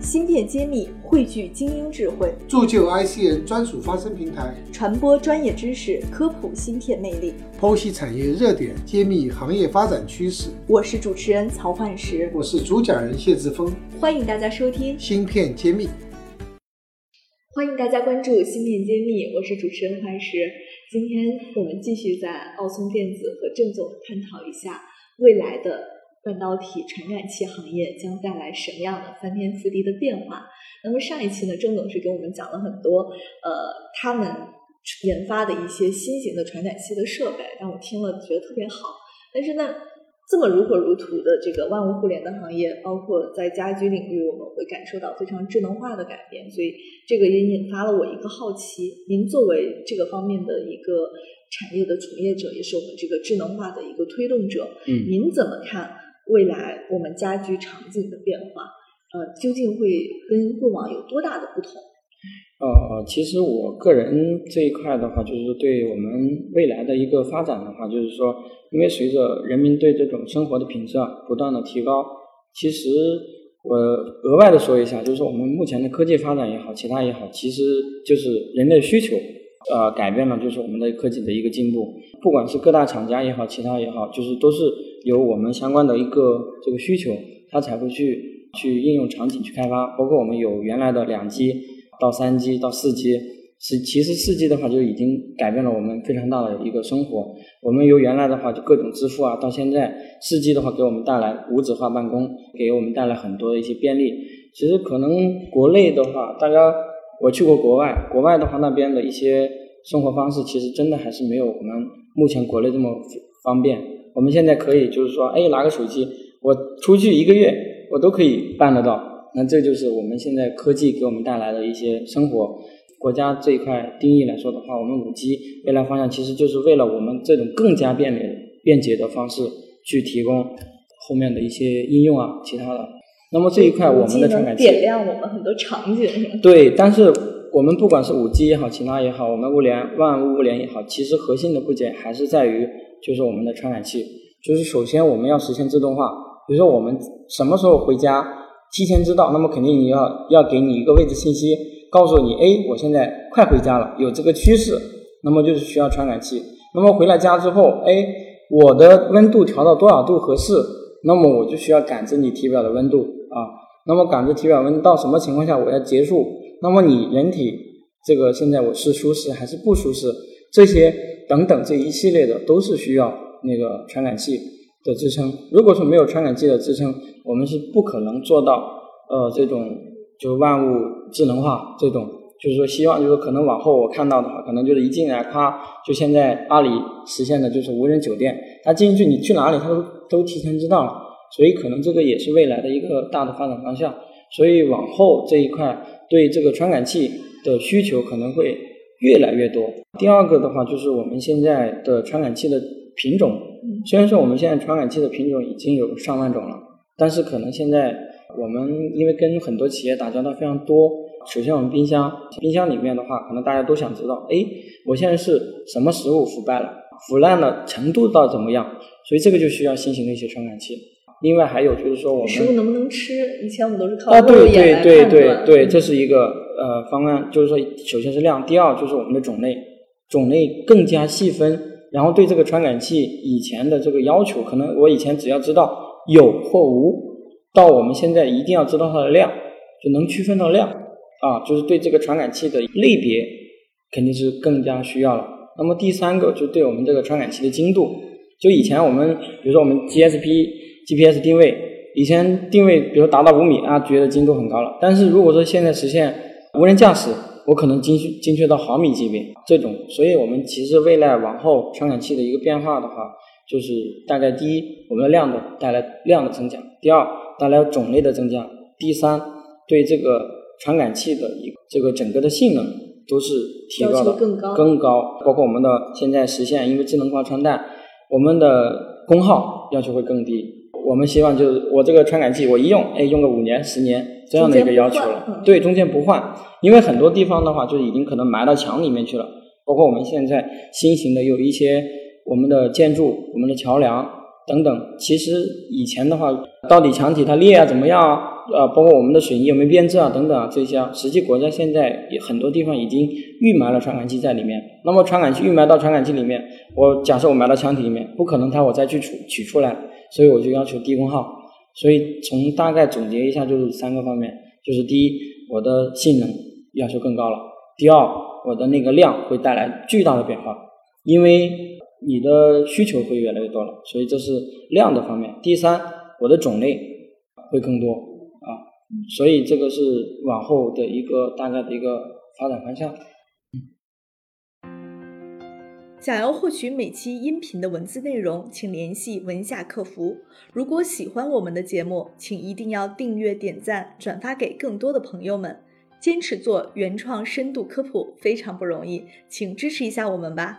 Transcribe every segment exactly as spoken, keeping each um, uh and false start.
芯片揭秘，汇聚精英智慧， 铸就 I C 人专属发声平台， 传播专业知识，科普芯片魅力， 剖析产业热点，揭秘行业发展趋势。 我是主持人曹焕石， 我是主讲人谢志峰， 欢迎大家收听芯片揭秘。 欢迎大家关注芯片揭秘，我是主持人焕石。今天我们继续在奥松电子和郑总探讨一下未来的半导体传感器行业将带来什么样的翻天覆地的变化。那么上一期呢，郑总是给我们讲了很多呃他们研发的一些新型的传感器的设备，让我听了觉得特别好。但是呢，这么如火如荼的这个万物互联的行业，包括在家居领域，我们会感受到非常智能化的改变，所以这个也引发了我一个好奇。您作为这个方面的一个产业的从业者，也是我们这个智能化的一个推动者， 嗯， 您怎么看未来我们家居场景的变化？呃，究竟会跟过往有多大的不同？ 呃，其实我个人这一块的话，就是对我们未来的一个发展的话，就是说，因为随着人民对这种生活的品质啊不断的提高，其实我额外的说一下，就是我们目前的科技发展也好，其他也好，其实就是人类需求，呃，改变了就是我们的科技的一个进步，不管是各大厂家也好，其他也好，就是都是有我们相关的一个这个需求，它才会去去应用场景去开发，包括我们有原来的两 G。到三 G 到四 G， 是其实四 G 的话就已经改变了我们非常大的一个生活。我们由原来的话就各种支付啊，到现在四 G 的话给我们带来无纸化办公，给我们带来很多的一些便利。其实可能国内的话，大家我去过国外，国外的话那边的一些生活方式其实真的还是没有我们目前国内这么方便。我们现在可以就是说，哎，拿个手机，我出去一个月我都可以办得到。那这就是我们现在科技给我们带来的一些生活。国家这一块定义来说的话，我们 五 G 未来方向其实就是为了我们这种更加便利便捷的方式去提供后面的一些应用啊，其他的。那么这一块我们的传感器点亮我们很多场景。 对，但是我们不管是 五 G 也好，其他也好，我们物联万物物联也好，其实核心的部件还是在于就是我们的传感器。就是首先我们要实现自动化，比如说我们什么时候回家提前知道，那么肯定你要要给你一个位置信息，告诉你，哎，我现在快回家了，有这个趋势，那么就是需要传感器。那么回来家之后，哎，我的温度调到多少度合适，那么我就需要感知你体表的温度啊。那么感知体表温度到什么情况下我要结束，那么你人体这个现在我是舒适还是不舒适，这些等等这一系列的都是需要那个传感器的支撑。如果说没有传感器的支撑，我们是不可能做到呃这种就万物智能化这种，就是说希望就是可能往后我看到的话，可能就是一进来咔，就现在阿里实现的就是无人酒店，他进去你去哪里他都都提前知道了，所以可能这个也是未来的一个大的发展方向。所以往后这一块对这个传感器的需求可能会越来越多。第二个的话就是我们现在的传感器的品种，虽然说我们现在传感器的品种已经有上万种了，但是可能现在我们因为跟很多企业打交道非常多，首先我们冰箱冰箱里面的话，可能大家都想知道，哎，我现在是什么食物腐败了，腐烂的程度到怎么样，所以这个就需要新型的一些传感器。另外还有就是说我们食物能不能吃，以前我们都是靠啊， 肉眼来判断。 对对对对，这是一个呃方案，就是说首先是量，第二就是我们的种类，种类更加细分，然后对这个传感器以前的这个要求，可能我以前只要知道有或无，到我们现在一定要知道它的量，就能区分到量啊，就是对这个传感器的类别肯定是更加需要了。那么第三个就对我们这个传感器的精度，就以前我们比如说我们 G S P、G P S 定位，以前定位比如达到五米啊，觉得精度很高了，但是如果说现在实现无人驾驶，我可能精确精确到毫米级别这种，所以我们其实未来往后传感器的一个变化的话，就是大概第一，我们的量的带来量的增加，第二带来种类的增加，第三对这个传感器的一个这个整个的性能都是提高的更高更高，包括我们的现在实现，因为智能化穿戴，我们的功耗要求会更低。我们希望就是我这个传感器我一用，哎，用个五年十年这样的一个要求了， 嗯、 对，中间不换，因为很多地方的话就已经可能埋到墙里面去了，包括我们现在新型的有一些我们的建筑、我们的桥梁等等，其实以前的话到底墙体它裂啊怎么样啊， 呃，包括我们的水泥有没有变质啊等等啊这些啊，实际国家现在也很多地方已经预埋了传感器在里面。那么传感器预埋到传感器里面，我假设我埋到腔体里面，不可能它我再去取取出来，所以我就要求低功耗。所以从大概总结一下就是三个方面，就是第一，我的性能要求更高了；第二，我的那个量会带来巨大的变化，因为你的需求会越来越多了，所以这是量的方面。第三，我的种类会更多啊，所以这个是往后的一个大概的一个发展方向。 想要获取每期音频的文字内容，请联系文夏客服。如果喜欢我们的节目，请一定要订阅、点赞、转发给更多的朋友们。坚持做原创深度科普非常不容易，请支持一下我们吧。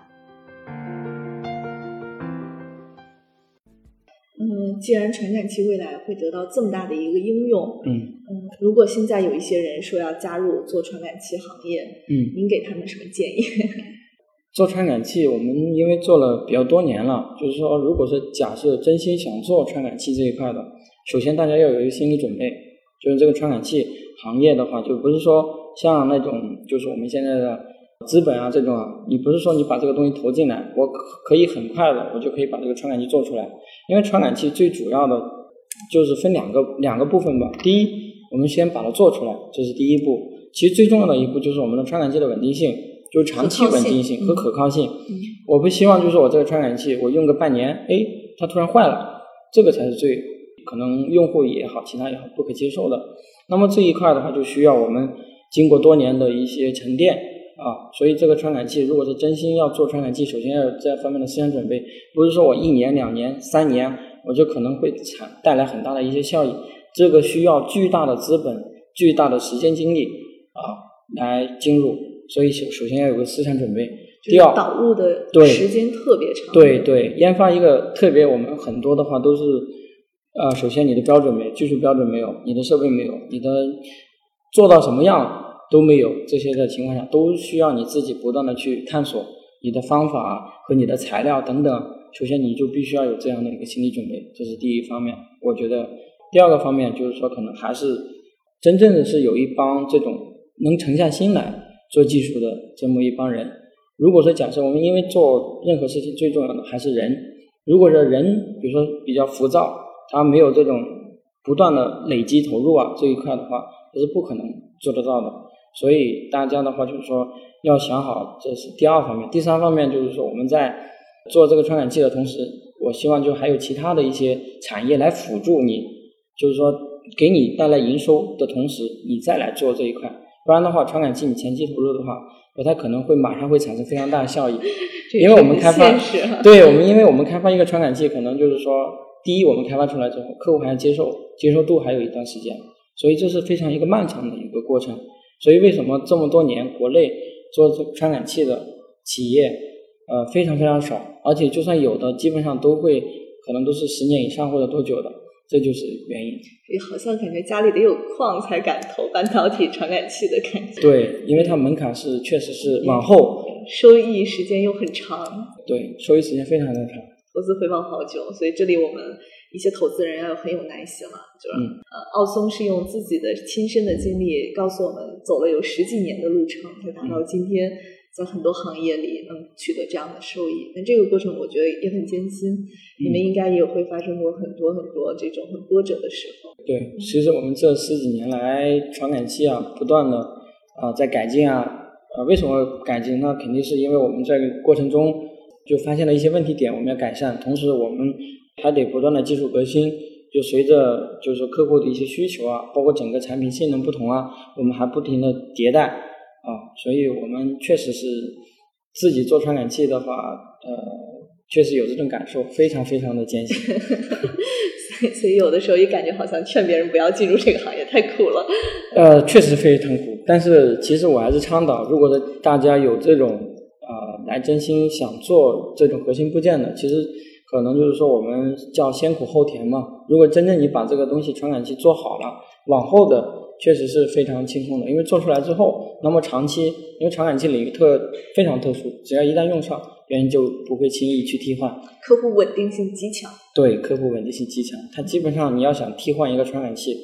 嗯，既然传感器未来会得到这么大的一个应用， 嗯嗯，如果现在有一些人说要加入做传感器行业， 嗯， 您给他们什么建议？ 做传感器，我们因为做了比较多年了，就是说，如果是假设真心想做传感器这一块的，首先大家要有一个心理准备，就是这个传感器行业的话，就不是说像那种就是我们现在的资本啊这种啊，你不是说你把这个东西投进来，我可以很快的我就可以把这个传感器做出来。因为传感器最主要的就是分两个两个部分吧。第一，我们先把它做出来，这是第一步。其实最重要的一步就是我们的传感器的稳定性，就是长期稳定性和可靠性。 嗯嗯、 我不希望就是我这个传感器我用个半年，哎，它突然坏了，这个才是最可能用户也好，其他也好不可接受的。那么这一块的话，就需要我们经过多年的一些沉淀啊，所以这个传感器如果是真心要做传感器，首先要有这方面的思想准备，不是说我一年两年三年我就可能会产带来很大的一些效益，这个需要巨大的资本巨大的时间精力啊来进入，所以首首先要有个思想准备。第二， 导入的时间特别长。 对对，研发一个特别我们很多的话都是呃，首先你的标准没有，技术标准没有，你的设备没有，你的做到什么样都没有，这些的情况下都需要你自己不断的去探索你的方法和你的材料等等，首先你就必须要有这样的一个心理准备，这是第一方面。我觉得第二个方面就是说可能还是真正的是有一帮这种能沉下心来做技术的这么一帮人。如果说假设我们因为做任何事情最重要的还是人，如果说人比如说比较浮躁，他没有这种不断的累积投入啊这一块的话，这是不可能做得到的。所以大家的话就是说要想好，这是第二方面。第三方面就是说我们在做这个传感器的同时，我希望就还有其他的一些产业来辅助你，就是说给你带来营收的同时你再来做这一块，不然的话传感器你前期投入的话不太可能会马上会产生非常大的效益。因为我们开发对我们因为我们开发一个传感器，可能就是说第一我们开发出来之后客户还要接受，接受度还有一段时间，所以这是非常一个漫长的一个过程。所以为什么这么多年国内做传感器的企业呃非常非常少，而且就算有的基本上都会可能都是十年以上或者多久的，这就是原因。 好像感觉家里得有矿才敢投半导体传感器的感觉。 对，因为它门槛是确实是往后， 收益时间又很长。 对，收益时间非常的长， 投资回报好久，所以这里我们一些投资人要很有耐心了，就是、 嗯、 呃，奥松是用自己的亲身的经历告诉我们，走了有十几年的路程，才达到今天在很多行业里能取得这样的收益。但这个过程我觉得也很艰辛，你们应该也会发生过很多很多这种很波折的时候。 对，其实我们这十几年来传感器啊不断的啊、呃、在改进啊，呃为什么改进？那肯定是因为我们在过程中就发现了一些问题点，我们要改善，同时我们还得不断的技术革新，就随着就是客户的一些需求啊，包括整个产品性能不同啊，我们还不停的迭代啊，所以我们确实是自己做传感器的话，呃，确实有这种感受，非常非常的艰辛。 所以有的时候也感觉好像劝别人不要进入这个行业太苦了。 呃，确实非常苦，但是其实我还是倡导，如果是大家有这种呃来真心想做这种核心部件的，其实可能就是说我们叫先苦后甜嘛。如果真正你把这个东西传感器做好了，往后的确实是非常轻松的，因为做出来之后，那么长期，因为传感器领域特非常特殊，只要一旦用上，别人就不会轻易去替换。 客户稳定性极强。 对，客户稳定性极强，它基本上你要想替换一个传感器，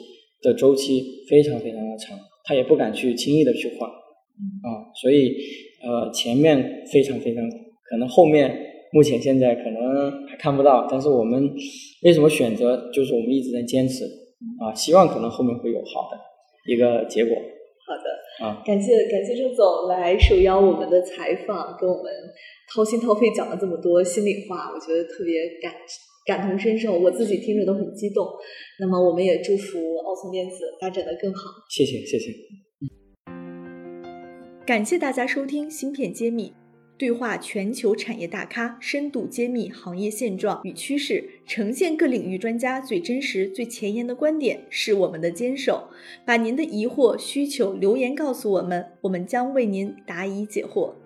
的周期非常非常的长，他也不敢去轻易的去换啊，所以呃前面非常非常可能后面目前现在可能还看不到，但是我们为什么选择，就是我们一直在坚持啊，希望可能后面会有好的一个结果。 好的啊， 感谢感谢郑总来受邀我们的采访，跟我们掏心掏肺讲了这么多心里话，我觉得特别感感同身受，我自己听着都很激动。那么我们也祝福奥聪电子发展的更好。 谢谢谢谢。 感谢大家收听芯片揭秘，对话全球产业大咖，深度揭秘行业现状与趋势，呈现各领域专家最真实、最前沿的观点，是我们的坚守。把您的疑惑、需求留言告诉我们，我们将为您答疑解惑。